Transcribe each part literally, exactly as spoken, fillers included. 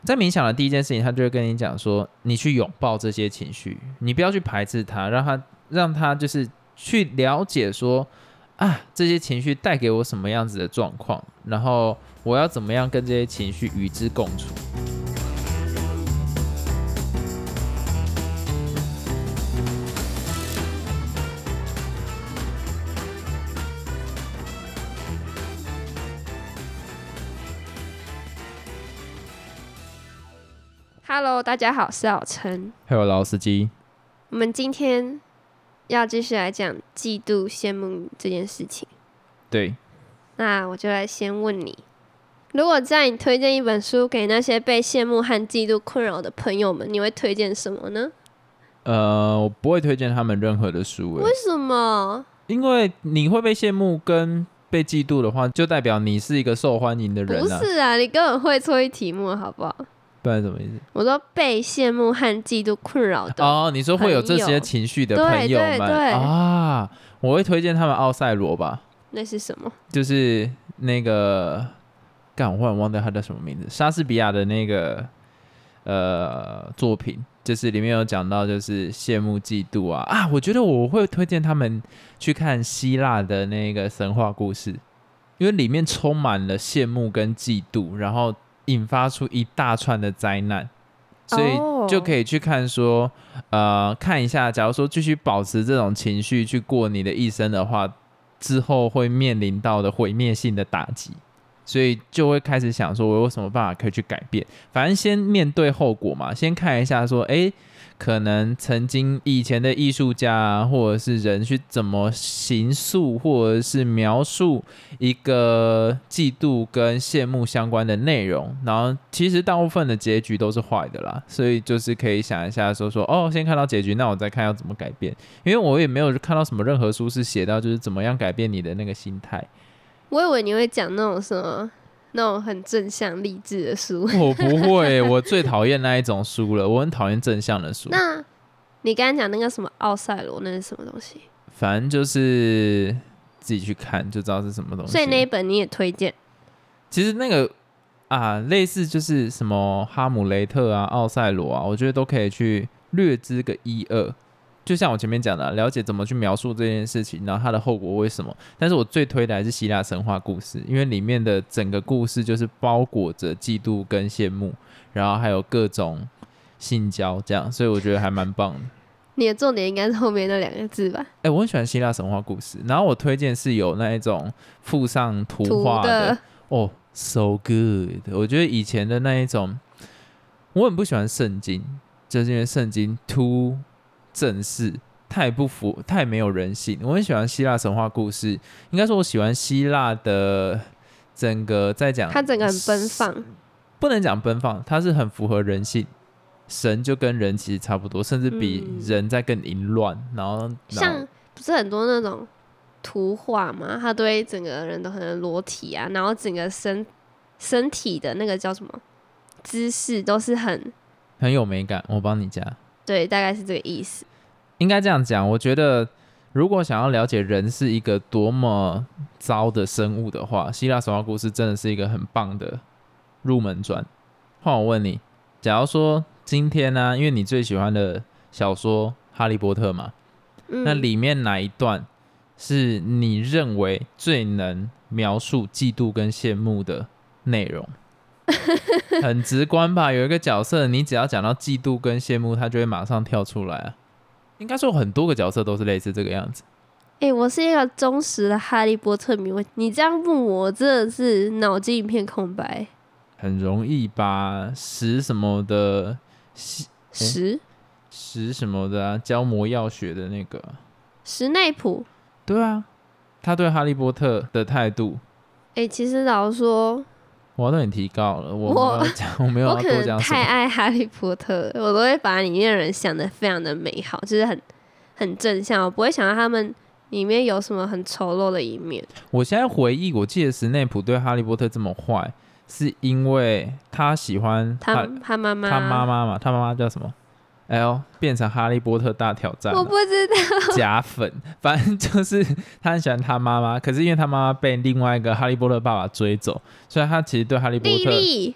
在冥想的第一件事情，他就会跟你讲说，你去拥抱这些情绪，你不要去排斥它，让它让它就是去了解说啊，这些情绪带给我什么样子的状况，然后我要怎么样跟这些情绪与之共处。 Hello， 大家好，我是老陈， 还有老司机。 我们今天要继续来讲嫉妒、羡慕这件事情。 对， 那我就来先问你，如果在你推荐一本书给那些被羡慕和嫉妒困扰的朋友们，你会推荐什么呢？ 呃，我不会推荐他们任何的书。 为什么？ 因为你会被羡慕跟被嫉妒的话，就代表你是一个受欢迎的人啊。 不是啊，你根本会错一题目，好不好？ 不然什么意思？ 我说被羡慕和嫉妒困扰的哦，你说会有这些情绪的朋友们， 对对对啊，我会推荐他们奥赛罗吧。 那是什么？ 就是那个，干，我忽然忘掉他叫什么名字，莎士比亚的那个呃作品，就是里面有讲到就是羡慕嫉妒啊啊，我觉得我会推荐他们去看希腊的那个神话故事，因为里面充满了羡慕跟嫉妒，然后引发出一大串的灾难，所以就可以去看说、oh. 呃，看一下假如说继续保持这种情绪去过你的一生的话，之后会面临到的毁灭性的打击，所以就会开始想说我有什么办法可以去改变，反正先面对后果嘛，先看一下说哎，可能曾经以前的艺术家、啊、或者是人去怎么形塑或者是描述一个嫉妒跟羡慕相关的内容，然后其实大部分的结局都是坏的啦，所以就是可以想一下说说哦，先看到结局，那我再看要怎么改变，因为我也没有看到什么任何书是写到就是怎么样改变你的那个心态。 我以为你会讲那种什么那种很正向励志的书。 我不会，我最讨厌那一种书了，我很讨厌正向的书。 那你刚才讲那个什么奥赛罗，那是什么东西？ 反正就是自己去看就知道是什么东西。 所以那一本你也推荐？ 其实那个啊，类似就是什么哈姆雷特啊、奥赛罗啊，我觉得都可以去略知个一二。就像我前面讲的、啊，了解怎么去描述这件事情，然后它的后果为什么。但是我最推的还是希腊神话故事，因为里面的整个故事就是包裹着嫉妒跟羡慕，然后还有各种性交这样，所以我觉得还蛮棒的。 你的重点应该是后面那两个字吧？ 哎、欸，我很喜欢希腊神话故事，然后我推荐是有那一种附上图画的哦 ，so good。我觉得以前的那一种，我很不喜欢圣经，就是因为圣经 too 正式，太不符，太没有人性。我很喜欢希腊神话故事，应该说我喜欢希腊的整个在讲， 它整个很奔放， 不能讲奔放，它是很符合人性。神就跟人其实差不多，甚至比人再更淫乱、嗯。然后像不是很多那种图画嘛，他都会整个人都很裸体啊，然后整个身身体的那个叫什么姿势都是很很有美感。我帮你加， 对，大概是这个意思。 应该这样讲，我觉得如果想要了解人是一个多么糟的生物的话，希腊神话故事真的是一个很棒的入门砖。换我问你，假如说今天呢、啊，因为你最喜欢的小说《哈利波特》嘛、嗯，那里面哪一段是你认为最能描述嫉妒跟羡慕的内容？很直观吧？有一个角色，你只要讲到嫉妒跟羡慕，他就会马上跳出来啊。应该说很多个角色都是类似这个样子。 哎、欸，我是一个忠实的哈利波特迷，你这样问我，我真的是脑筋一片空白。 很容易吧？十什么的。 十十什么的啊，教魔药学的那个史内普。 对啊，他对哈利波特的态度， 哎、欸，其实老实说， 我都很提高了，我没有讲，我没有要多讲什么。 我可能太爱哈利波特，我都会把里面的人想得非常的美好，就是很很正向，我不会想到他们里面有什么很丑陋的一面。 我现在回忆，我记得史内普对哈利波特这么坏，是因为他喜欢他他妈妈， 他妈妈嘛，他妈妈叫什么？哎呦，变成哈利波特大挑战， 我不知道。 假粉，反正就是他很喜欢他妈妈，可是因为他妈妈被另外一个哈利波特爸爸追走，所以他其实对哈利波特， 莉莉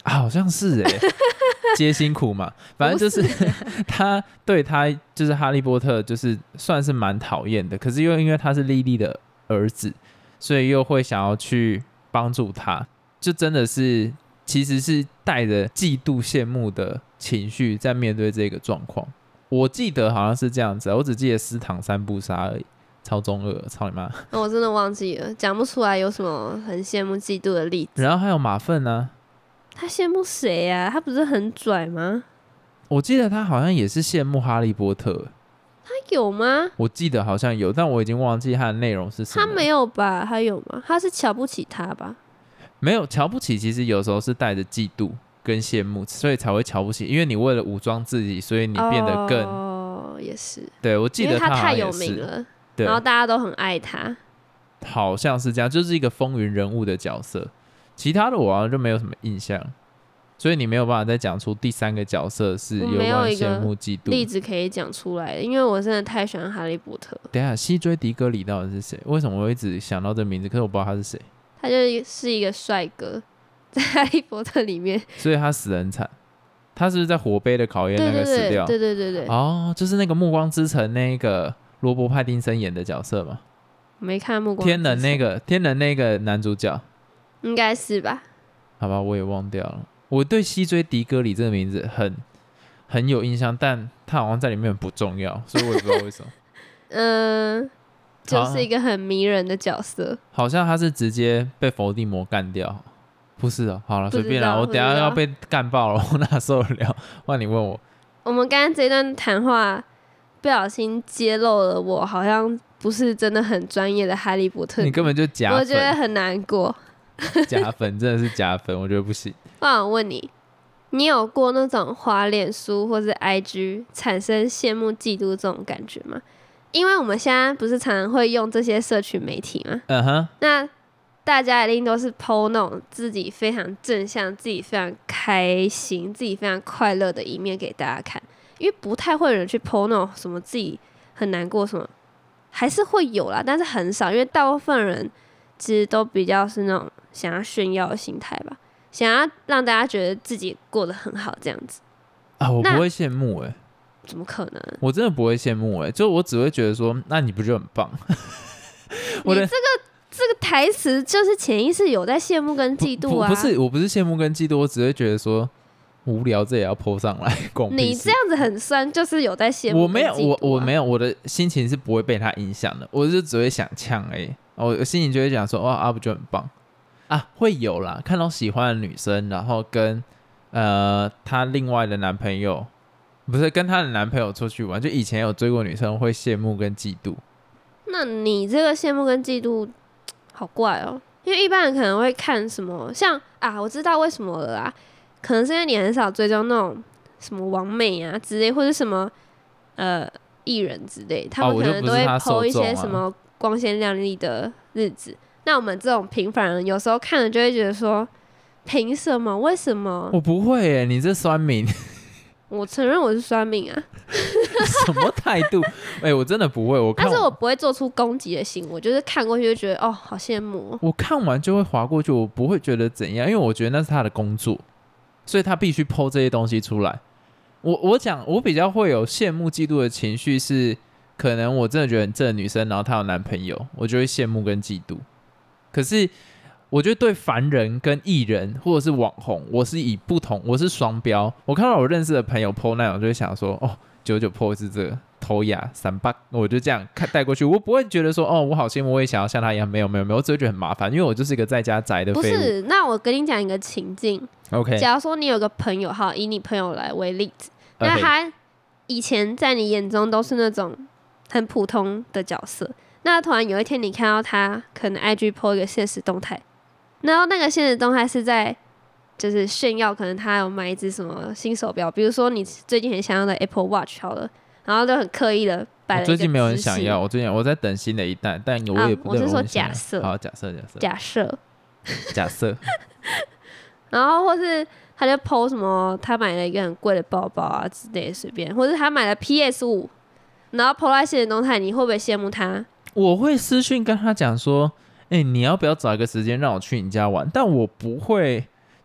啊，好像是哎、欸，皆辛苦嘛，反正就是他对他就是哈利波特就是算是蛮讨厌的，可是又因为他是莉莉的儿子，所以又会想要去帮助他，就真的是其实是带着嫉妒羡慕的情绪在面对这个状况。我记得好像是这样子，我只记得斯坦三不杀而已，超中二，操你妈！ 哦，我真的忘记了，讲不出来有什么很羡慕嫉妒的例子。 然后还有马粪啊， 他羡慕谁啊？他不是很拽吗？ 我记得他好像也是羡慕哈利波特， 他有吗？ 我记得好像有，但我已经忘记他的内容是什么。 他没有吧？他有吗？他是瞧不起他吧？ 没有，瞧不起其实有时候是带着嫉妒跟羡慕，所以才会瞧不起，因为你为了武装自己，所以你变得更哦，也是。 对，我记得因为他太好像也是有名了， 对， 然后大家都很爱他。 好像是这样，就是一个风云人物的角色。其他的我好像就没有什么印象，所以你没有办法再讲出第三个角色是有关羡慕嫉妒例子可以讲出来的，因为我真的太喜欢哈利波特。 等一下，西追迪戈里到底是谁？为什么我一直想到这名字，可是我不知道他是谁？ 他就是一个帅哥，在哈利波特里面， 所以他死得很惨。他是不是在火杯的考验那个死掉？ 对对对对对。 哦，就是那个《暮光之城》那个罗伯·派丁森演的角色嘛？ 没看《暮光之城》。 天能那个天能那个男主角， 应该是吧？ 好吧，我也忘掉了。我对西追迪戈里这个名字很很有印象，但他好像在里面很不重要，所以我也不知道为什么。 嗯、呃，就是一个很迷人的角色。 好像他是直接被伏地魔干掉，不是哦？好了，随便啦，我等一下要被干爆了，我哪受得了？换你问我。 我们刚刚这段谈话不小心揭露了我好像不是真的很专业的哈利波特， 你根本就假粉， 我觉得很难过。 假粉真的是假粉，我觉得不行。 我想问你，你有过那种滑脸书或是 I G 产生羡慕嫉妒这种感觉吗？因为我们现在不是常常会用这些社群媒体吗？ 嗯哼， 那大家一定都是 po 那种自己非常正向、自己非常开心、自己非常快乐的一面给大家看，因为不太会有人去 po 那种什么自己很难过什么，还是会有啦，但是很少，因为大部分人其实都比较是那种想要炫耀的心态吧，想要让大家觉得自己过得很好这样子啊，我不会羡慕哎、欸， 怎么可能？ 我真的不会羡慕哎、欸，就我只会觉得说，那你不就很棒？ 我的你这个这个台词就是潜意识有在羡慕跟嫉妒啊！ 不, 不, 不是，我不是羡慕跟嫉妒，我只会觉得说无聊，这也要 po 上来， 你这样子很酸，就是有在羡慕、啊。 我没有，我我没有，我的心情是不会被他影响的，我就只会想呛而已。我心情就会讲说，哇，阿、啊、不就很棒啊？会有啦，看到喜欢的女生，然后跟呃她另外的男朋友，不是跟她的男朋友出去玩，就以前有追过女生，会羡慕跟嫉妒。 那你这个羡慕跟嫉妒好怪哦，因为一般人可能会看什么，像啊，我知道为什么了啦，可能是因为你很少追踪那种什么网美啊之类，或者什么呃艺人之类，他们可能都会 po 一些什么光鲜亮丽的日子。那我们这种平凡人，有时候看了就会觉得说，凭什么？为什么？ 我不会耶，你这酸民。 我承认我是酸民啊。 什么态度？哎、欸，我真的不会，我看但是我不会做出攻击的行为，我就是看过去就觉得哦，好羡慕、哦。 我看完就会滑过去，我不会觉得怎样，因为我觉得那是他的工作，所以他必须 po 这些东西出来。我我讲，我比较会有羡慕嫉妒的情绪是，可能我真的觉得很正的女生，然后她有男朋友，我就会羡慕跟嫉妒。可是我觉得对凡人跟艺人或者是网红，我是以不同，我是双标。我看到我认识的朋友 po 那种，就会想说，哦，九九 po 是这个头牙三八，我就这样看带过去，我不会觉得说，哦，我好羡慕，我也想要像他一样。没有没有没有，我只会觉得很麻烦，因为我就是一个在家宅的废物。 不是，那我跟你讲一个情境 ，OK， 假如说你有个朋友，好，以你朋友来为例子，那他以前在你眼中都是那种很普通的角色。那突然有一天你看到他可能 I G po 一个限时动态，然后那个限时动态是在就是炫耀，可能他有买一只什么新手表，比如说你最近很想要的 Apple Watch 好了，然后就很刻意的摆了一个姿势。 我最近没有很想要，我最近我在等新的一代，但我也不、 啊、我是说假设， 好，假设假设假设假设， 然后或是他就 po 什么他买了一个很贵的包包啊之类的，随便，或是他买了 P S 五，然后 po 在限时动态，你会不会羡慕他？ 我会私讯跟他讲说，哎、欸，你要不要找一个时间让我去你家玩？但我不会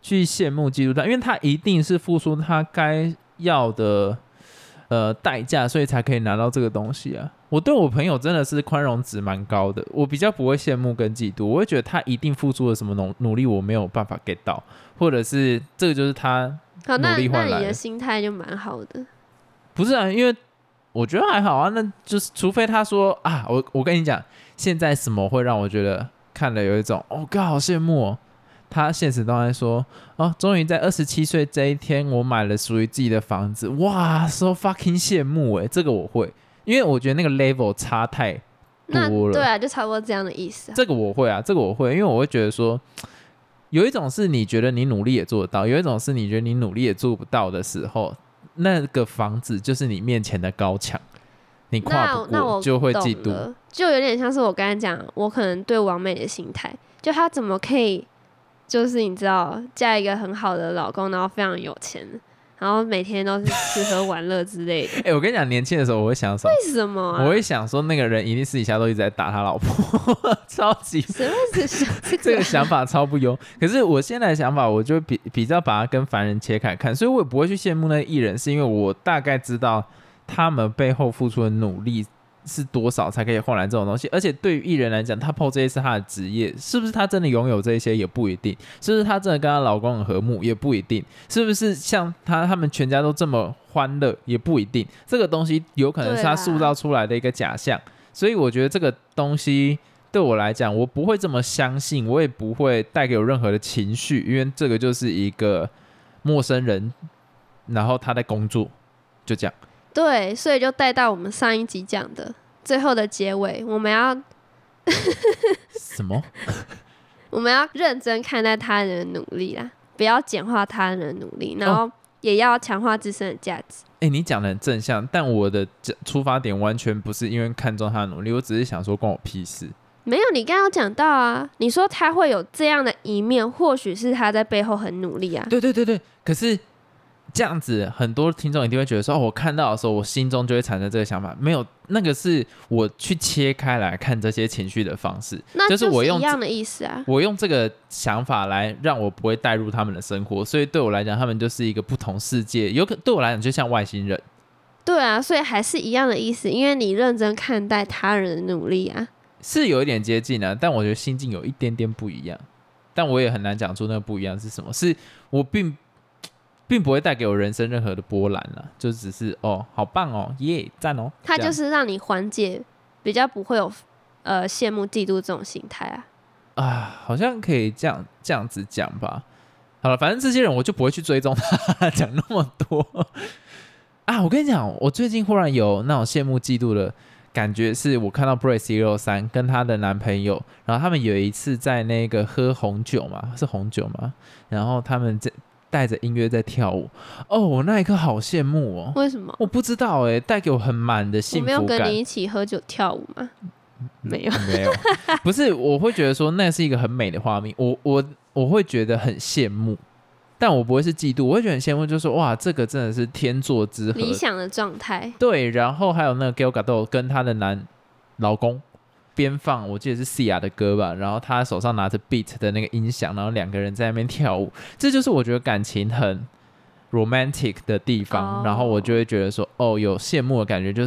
去羡慕嫉妒他，因为他一定是付出他该要的呃代价，所以才可以拿到这个东西啊。我对我朋友真的是宽容值蛮高的，我比较不会羡慕跟嫉妒，我会觉得他一定付出了什么努努力，我没有办法 get 到，或者是这个就是他努力换来的。 那你的心态就蛮好的。 不是啊，因为我觉得还好啊，那就是除非他说啊，我我跟你讲，现在什么会让我觉得看了有一种哦，God 好羡慕哦。他现实当中说哦，终于在二十七岁这一天，我买了属于自己的房子，哇 ，so fucking 羡慕哎，这个我会。因为我觉得那个 level 差太多了， 对啊，就差不多这样的意思、啊。 这个我会啊，这个我会，因为我会觉得说，有一种是你觉得你努力也做得到，有一种是你觉得你努力也做不到的时候，那个房子就是你面前的高墙，你跨不过就会嫉妒， 就有点像是我刚才讲，我可能对王美的心态，就她怎么可以，就是你知道，嫁一个很好的老公，然后非常有钱。然后每天都是吃喝玩乐之类的。 哎、欸，我跟你讲，年轻的时候我会想什么？ 为什么、啊？ 我会想说，那个人一定私底下都一直在打他老婆，超级。 谁会想这个、啊？ 这个想法超不优。可是我现在的想法，我就比比较把它跟凡人切开看，所以我也不会去羡慕那个艺人，是因为我大概知道他们背后付出的努力是多少才可以换来这种东西。而且对于艺人来讲，他 P O 这些是他的职业，是不是他真的拥有这些也不一定，是不是他真的跟他老公很和睦也不一定，是不是像他他们全家都这么欢乐也不一定，这个东西有可能是他塑造出来的一个假象。所以我觉得这个东西对我来讲，我不会这么相信，我也不会带给我任何的情绪，因为这个就是一个陌生人，然后他在工作，就这样。 对，所以就带到我们上一集讲的最后的结尾，我们要什么？ 我们要认真看待他人的努力啦，不要简化他人的努力，然后也要强化自身的价值。 哎、欸，你讲的很正向，但我的出发点完全不是因为看中他的努力，我只是想说关我屁事。 没有，你刚刚讲到啊，你说他会有这样的一面，或许是他在背后很努力啊。 对对对对，可是这样子，很多听众一定会觉得说，哦，我看到的时候，我心中就会产生这个想法。没有，那个是我去切开来看这些情绪的方式， 那就是我用一样的意思啊。 我用这个想法来让我不会带入他们的生活，所以对我来讲，他们就是一个不同世界。有可对我来讲，就像外星人。 对啊，所以还是一样的意思，因为你认真看待他人的努力啊， 是有一点接近啊，但我觉得心境有一点点不一样。但我也很难讲出那个不一样是什么，是我并。并不会带给我人生任何的波澜啦，就只是哦，好棒哦，耶，赞哦。 它就是让你缓解，比较不会有呃羡慕、嫉妒这种心态啊。 啊，好像可以这样这样子讲吧。好了，反正这些人我就不会去追踪他讲那么多啊。我跟你讲，我最近忽然有那种羡慕、嫉妒的感觉，是我看到 Brace 一六三跟她的男朋友，然后他们有一次在那个喝红酒嘛，是红酒吗？然后他们在。带着音乐在跳舞，哦，我那一刻好羡慕哦。 为什么？ 我不知道哎、欸，带给我很满的幸福感。 我没有跟你一起喝酒跳舞吗？没有， 没有，不是，我会觉得说那是一个很美的画面，我我我会觉得很羡慕，但我不会是嫉妒，我会觉得很羡慕，就是说哇，这个真的是天作之合， 理想的状态。 对，然后还有那个 Gal Gadot 跟她的男老公。边放我记得是 Sia 的歌吧，然后他手上拿着 beat 的那个音响，然后两个人在那边跳舞，这就是我觉得感情很 romantic 的地方。Oh. 然后我就会觉得说，哦，有羡慕的感觉，就是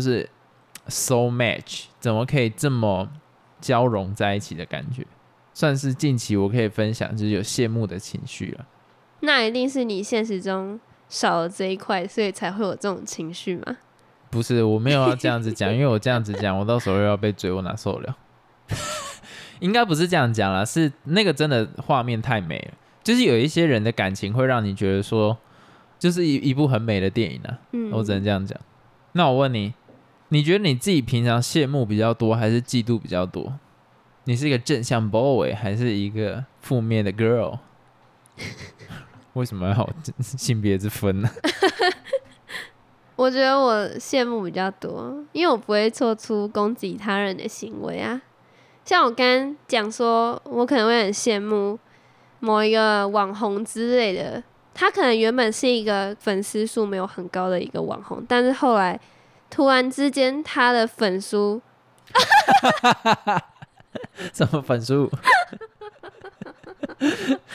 so match， 怎么可以这么交融在一起的感觉，算是近期我可以分享，就是有羡慕的情绪了。 那一定是你现实中少了这一块，所以才会有这种情绪吗？ 不是，我没有要这样子讲，因为我这样子讲，我到时候又要被追，我哪受了？应该不是这样讲啦，是那个真的画面太美了，就是有一些人的感情会让你觉得说，就是一一部很美的电影啊。嗯，我只能这样讲。那我问你，你觉得你自己平常羡慕比较多，还是嫉妒比较多？你是一个正向 boy， 还是一个负面的 girl？ 为什么要性别之分呢？ 我觉得我羡慕比较多，因为我不会做出攻击他人的行为啊。像我刚刚讲说，我可能会很羡慕某一个网红之类的，他可能原本是一个粉丝数没有很高的一个网红，但是后来突然之间他的粉数什么粉数？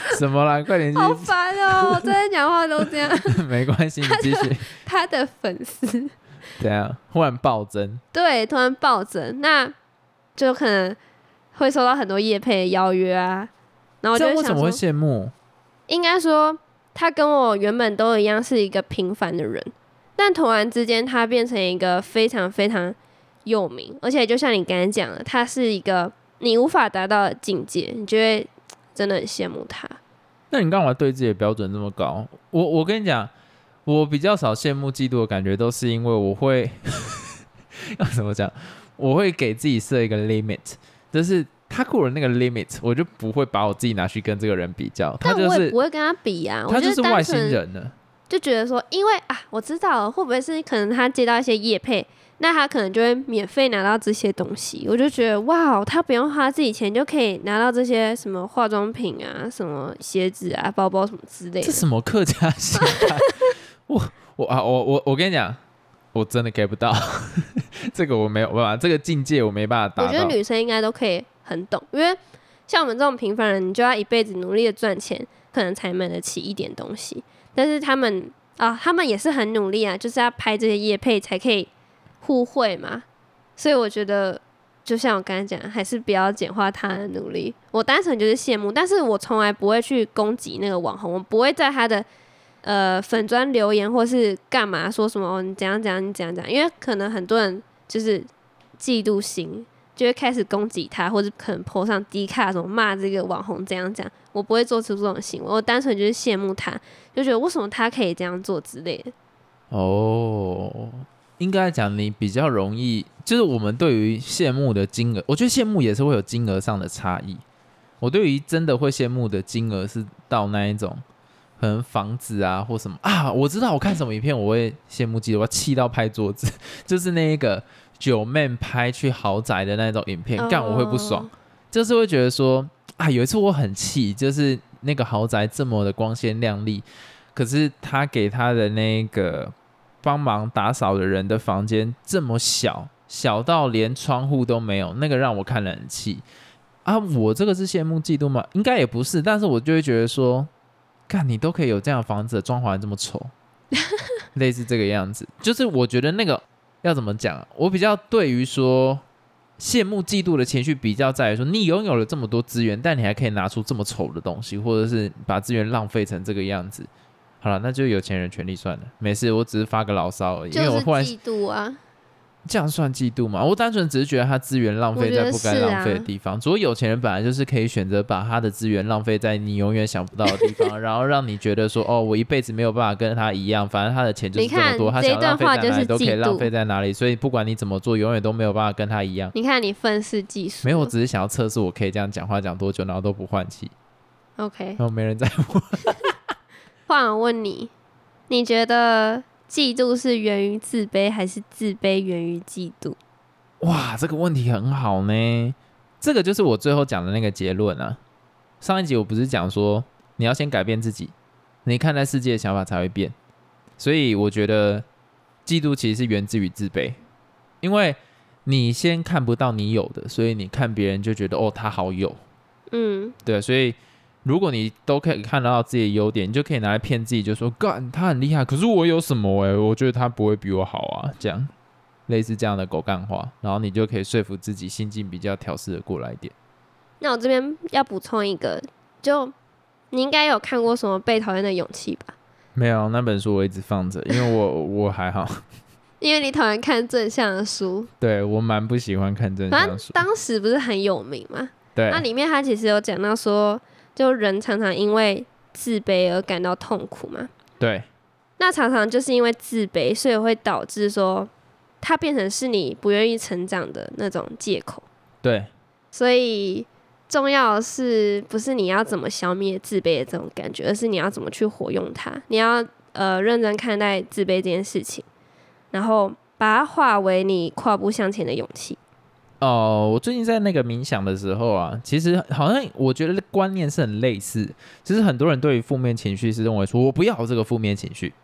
什么啦？快点继续。 好烦哦！我昨天讲话都这样。 没关系，你继续。 他的粉丝怎样？忽然暴增？ 对，突然暴增，那就可能会收到很多业配的邀约啊。然后我就这为想说， 什么会羡慕？ 应该说他跟我原本都一样是一个平凡的人，但突然之间他变成一个非常非常有名，而且就像你刚才讲的，他是一个你无法达到的境界，你就会真的很羡慕他。 那你干嘛对自己的标准这么高？我我跟你讲，我比较少羡慕嫉妒的感觉，都是因为我会要怎么讲？我会给自己设一个 limit， 就是他过了那个 limit， 我就不会把我自己拿去跟这个人比较。他就是、 但我也不会跟他比啊， 他就是外星我就人呢。 就觉得说，因为啊，我知道了，会不会是可能他接到一些业配，那他可能就会免费拿到这些东西。我就觉得哇，他不用花自己钱就可以拿到这些什么化妆品啊、什么鞋子啊、包包什么之类的。 这什么客家心态？我我啊我我我跟你讲，我真的 get 不到这个，我没有办法，这个境界我没办法达到。 我觉得女生应该都可以很懂，因为像我们这种平凡人，你就要一辈子努力的赚钱，可能才买得起一点东西。但是他们啊，他们也是很努力啊，就是要拍这些业配才可以互惠嘛。所以我觉得，就像我刚才讲，还是不要简化他的努力。我单纯就是羡慕，但是我从来不会去攻击那个网红，我不会在他的呃粉专留言或是干嘛说什么、哦、你怎样怎样你怎样怎样，因为可能很多人就是嫉妒心。就会开始攻击他，或者可能 po 上 D 卡什么骂这个网红这样讲，我不会做出这种行为，我单纯就是羡慕他，就觉得为什么他可以这样做之类的。 哦，应该讲你比较容易，就是我们对于羡慕的金额，我觉得羡慕也是会有金额上的差异。我对于真的会羡慕的金额是到那一种，可能房子啊或什么啊，我知道我看什么影片我会羡慕嫉妒，我要气到拍桌子，就是那一个。九妹拍去豪宅的那种影片，干、oh. 我会不爽，就是会觉得说啊，有一次我很气，就是那个豪宅这么的光鲜亮丽，可是他给他的那个帮忙打扫的人的房间这么小，小到连窗户都没有，那个让我看了很气啊。我这个是羡慕嫉妒吗？应该也不是，但是我就会觉得说，干你都可以有这样的房子，装潢这么丑，类似这个样子，就是我觉得那个。要怎么讲、啊？我比较对于说羡慕、嫉妒的情绪，比较在于说，你拥有了这么多资源，但你还可以拿出这么丑的东西，或者是把资源浪费成这个样子。好了，那就有钱人权利算了，没事，我只是发个牢骚而已。因为我忽然嫉妒啊， 这样算嫉妒吗？我单纯只是觉得他资源浪费在不该浪费的地方。所以有钱人本来就是可以选择把他的资源浪费在你永远想不到的地方，然后让你觉得说，哦，我一辈子没有办法跟他一样，反正他的钱就是这么多，他想浪费在哪里都可以浪费在哪里，所以不管你怎么做，永远都没有办法跟他一样。 你看你愤世嫉俗， 没有，我只是想要测试我可以这样讲话讲多久，然后都不换气。 OK， 然后没人在乎。 换我问你，你觉得？嫉妒是源于自卑，还是自卑源于嫉妒？ 哇，这个问题很好呢。这个就是我最后讲的那个结论啊。上一集我不是讲说，你要先改变自己，你看待世界的想法才会变。所以我觉得嫉妒其实是源自于自卑，因为你先看不到你有的，所以你看别人就觉得哦，他好有。嗯，对，所以。如果你都可以看得到自己的优点，你就可以拿来骗自己，就说干他很厉害，可是我有什么哎、欸？我觉得他不会比我好啊，这样类似这样的狗干话，然后你就可以说服自己心境比较调适的过来一点。 那我这边要补充一个，就你应该有看过什么《被讨厌的勇气》吧？ 没有，那本书我一直放着，因为我我还好， 因为你讨厌看正向的书， 对我蛮不喜欢看正向的书。 当时不是很有名吗？ 对， 那里面他其实有讲到说。就人常常因为自卑而感到痛苦嘛？ 对。 那常常就是因为自卑，所以会导致说，它变成是你不愿意成长的那种借口。 对。 所以重要的是，不是你要怎么消灭自卑的这种感觉，而是你要怎么去活用它。你要呃认真看待自卑这件事情，然后把它化为你跨步向前的勇气。 哦，我最近在那个冥想的时候啊，其实好像我觉得观念是很类似。其实很多人对于负面情绪是认为说，我不要有这个负面情绪，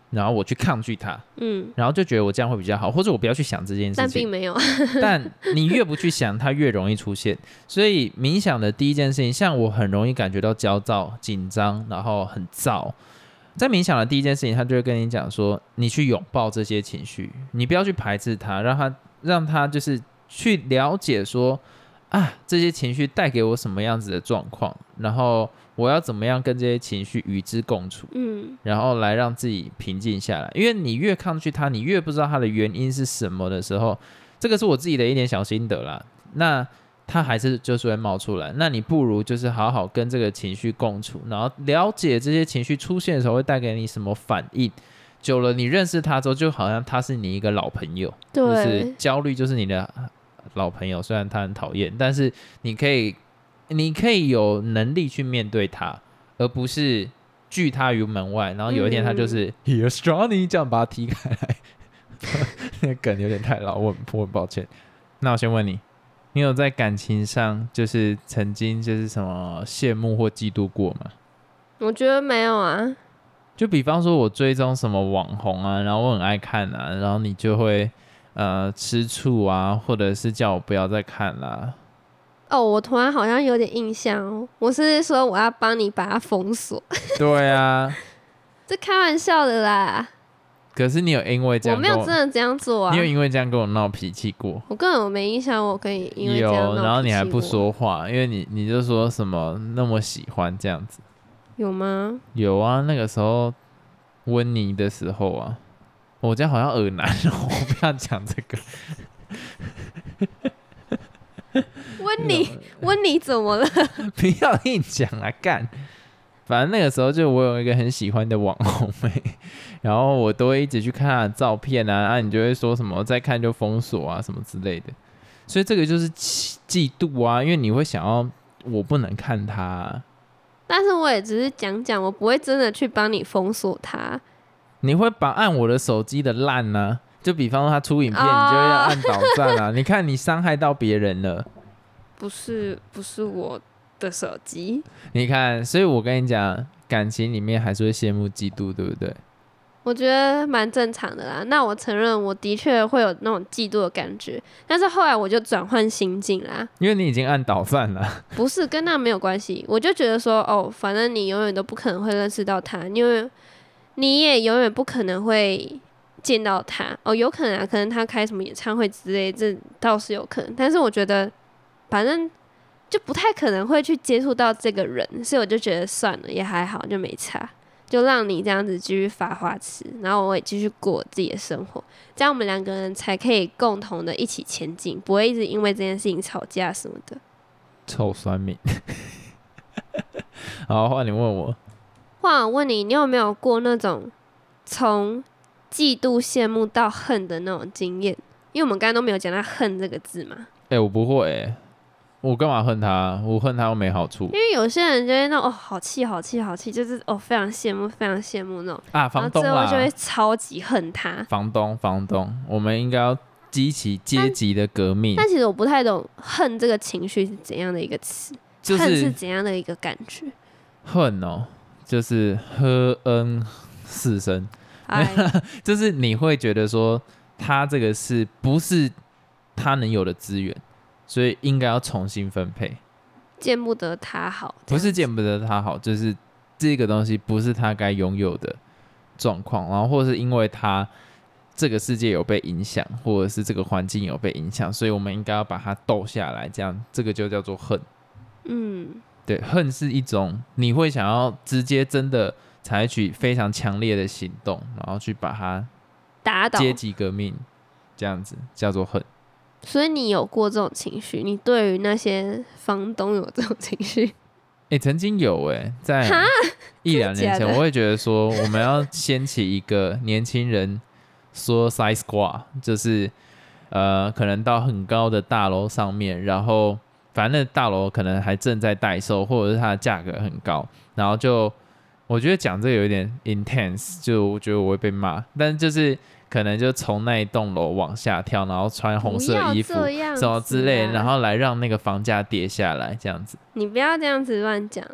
然后我去抗拒它， 嗯， 然后就觉得我这样会比较好，或者我不要去想这件事情， 但并没有。 但你越不去想，它越容易出现。所以冥想的第一件事情，像我很容易感觉到焦躁、紧张，然后很躁。在冥想的第一件事情，他就会跟你讲说，你去拥抱这些情绪，你不要去排斥它，让它让它就是去了解说啊，这些情绪带给我什么样子的状况，然后我要怎么样跟这些情绪与之共处， 嗯， 然后来让自己平静下来。因为你越抗拒它，你越不知道它的原因是什么的时候，这个是我自己的一点小心得啦。那它还是就是会冒出来，那你不如就是好好跟这个情绪共处，然后了解这些情绪出现的时候会带给你什么反应。久了，你认识他之后，就好像他是你一个老朋友， 对， 就是焦虑就是你的老朋友，虽然他很讨厌，但是你可以，你可以有能力去面对他，而不是拒他于门外。然后有一天他就是、嗯、Here's Johnny 这样把他踢开来，那个梗有点太老，我很我很抱歉。那我先问你，你有在感情上就是曾经就是什么羡慕或嫉妒过吗？ 我觉得没有啊。 就比方说我追踪什么网红啊，然后我很爱看啊，然后你就会呃吃醋啊，或者是叫我不要再看啦。 哦，我突然好像有点印象哦，我是说我要帮你把它封锁。 对啊， 这开玩笑的啦。 可是你有因为这样跟我， 我没有真的这样做啊。 你有因为这样跟我闹脾气过？ 我根本没印象，我可以因为这样闹脾气过。 有，然后你还不说话，因为你你就说什么那么喜欢这样子。 有吗？ 有啊，那个时候温妮的时候啊，我这样好像耳男哦，我不要讲这个。 温妮，温妮怎么了？ 不要硬讲啊，干！反正那个时候就我有一个很喜欢的网红妹，然后我都会一直去看她的照片啊，啊，你就会说什么再看就封锁啊什么之类的，所以这个就是嫉妒啊，因为你会想要我不能看她啊。 但是我也只是讲讲，我不会真的去帮你封锁它。 你会把按我的手机的烂呢、啊？就比方说他出影片，你就要按导赞啊！你看你伤害到别人了。 不是，不是我的手机。 你看，所以我跟你讲，感情里面还是会羡慕嫉妒，对不对？ 我觉得蛮正常的啦。那我承认，我的确会有那种嫉妒的感觉，但是后来我就转换心境啦。 因为你已经按导赞了。 不是，跟那没有关系。我就觉得说，哦，反正你永远都不可能会认识到他，因为你也永远不可能会见到他。哦，有可能啊，可能他开什么演唱会之类，这倒是有可能。但是我觉得，反正就不太可能会去接触到这个人，所以我就觉得算了，也还好，就没差。就让你这样子继续发花痴，然后我也继续过我自己的生活，这样我们两个人才可以共同的一起前进，不会一直因为这件事情吵架什么的。 臭酸民。好，换你问我。 换我问你，你有没有过那种从嫉妒、羡慕到恨的那种经验？因为我们刚刚都没有讲到恨这个字嘛。 哎、欸，我不会、欸。我干嘛恨他？我恨他又没好处。 因为有些人就会那种哦，好气好气好气，就是哦非常羡慕非常羡慕那种啊，房东啦， 然后最后就会超级恨他。 房东房东，我们应该要激起阶级的革命。 但, 但其实我不太懂恨这个情绪是怎样的一个词，就是、恨是怎样的一个感觉？ 恨哦，就是呵恩四声，就是你会觉得说他这个是不是他能有的资源？所以应该要重新分配， 见不得他好， 不是见不得他好，就是这个东西不是他该拥有的状况，然后或者是因为他这个世界有被影响，或者是这个环境有被影响，所以我们应该要把它斗下来，这样这个就叫做恨。嗯，对，恨是一种你会想要直接真的采取非常强烈的行动，然后去把它打倒， 阶级革命，这样子叫做恨。 所以你有过这种情绪？你对于那些房东有这种情绪？ 哎、欸，曾经有哎、欸，在一两年前，我会觉得说，我们要掀起一个年轻人suicide squad，就是呃，可能到很高的大楼上面，然后反正那大楼可能还正在待售，或者是它的价格很高，然后就我觉得讲这个有一点 intense， 就我觉得我会被骂，但是就是。可能就从那一栋楼往下跳，然后穿红色衣服什么之类，然后来让那个房价跌下来，这样子。 你不要这样子乱讲啊！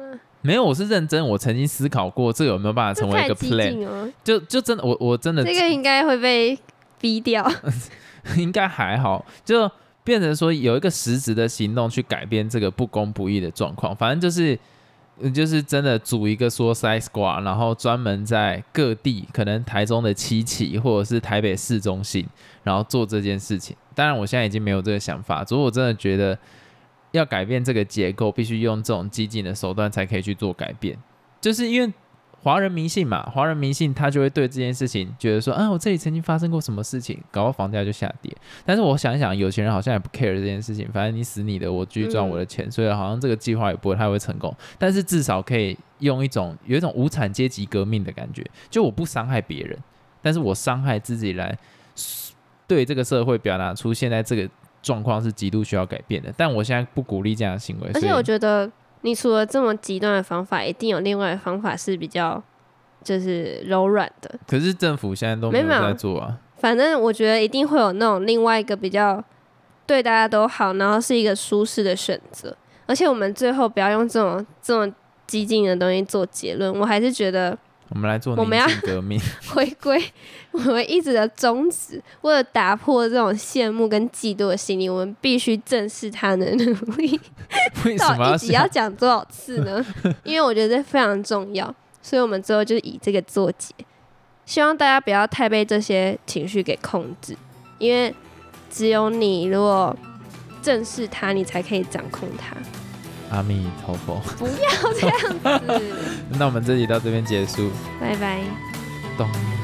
没有，我是认真，我曾经思考过这个有没有办法成为一个 plan， 就就真的我我真的这个应该会被逼掉， 应该还好，就变成说有一个实质的行动去改变这个不公不义的状况，反正就是就是真的组一个说塞 squad， 然后专门在各地，可能台中的七期或者是台北市中心，然后做这件事情。当然我现在已经没有这个想法，所以我真的觉得要改变这个结构，必须用这种激进的手段才可以去做改变。就是因为华人迷信嘛，华人迷信他就会对这件事情觉得说，啊，我这里曾经发生过什么事情，搞到房价就下跌。但是我想一想，有钱人好像也不 care 这件事情，反正你死你的，我继续赚我的钱，嗯、所以好像这个计划也不会太会成功。但是至少可以用一种有一种无产阶级革命的感觉，就我不伤害别人，但是我伤害自己来对这个社会表达出现在这个状况是极度需要改变的。但我现在不鼓励这样的行为， 而且我觉得你除了这么极端的方法，一定有另外的方法是比较就是柔软的。 可是政府现在都没有在做啊。 反正我觉得一定会有那种另外一个比较对大家都好，然后是一个舒适的选择。而且我们最后不要用这种这种激进的东西做结论，我还是觉得我们来做宁静革命， 回归我们一直的宗旨。为了打破这种羡慕跟嫉妒的心理，我们必须正视他的努力。 为什么到一集要讲多少次呢？因为我觉得这非常重要，所以我们最后就以这个作结。希望大家不要太被这些情绪给控制，因为只有你如果正视它，你才可以掌控它。 阿弥陀佛， 不要这样子。 那我们这集到这边结束， 拜拜。 咚。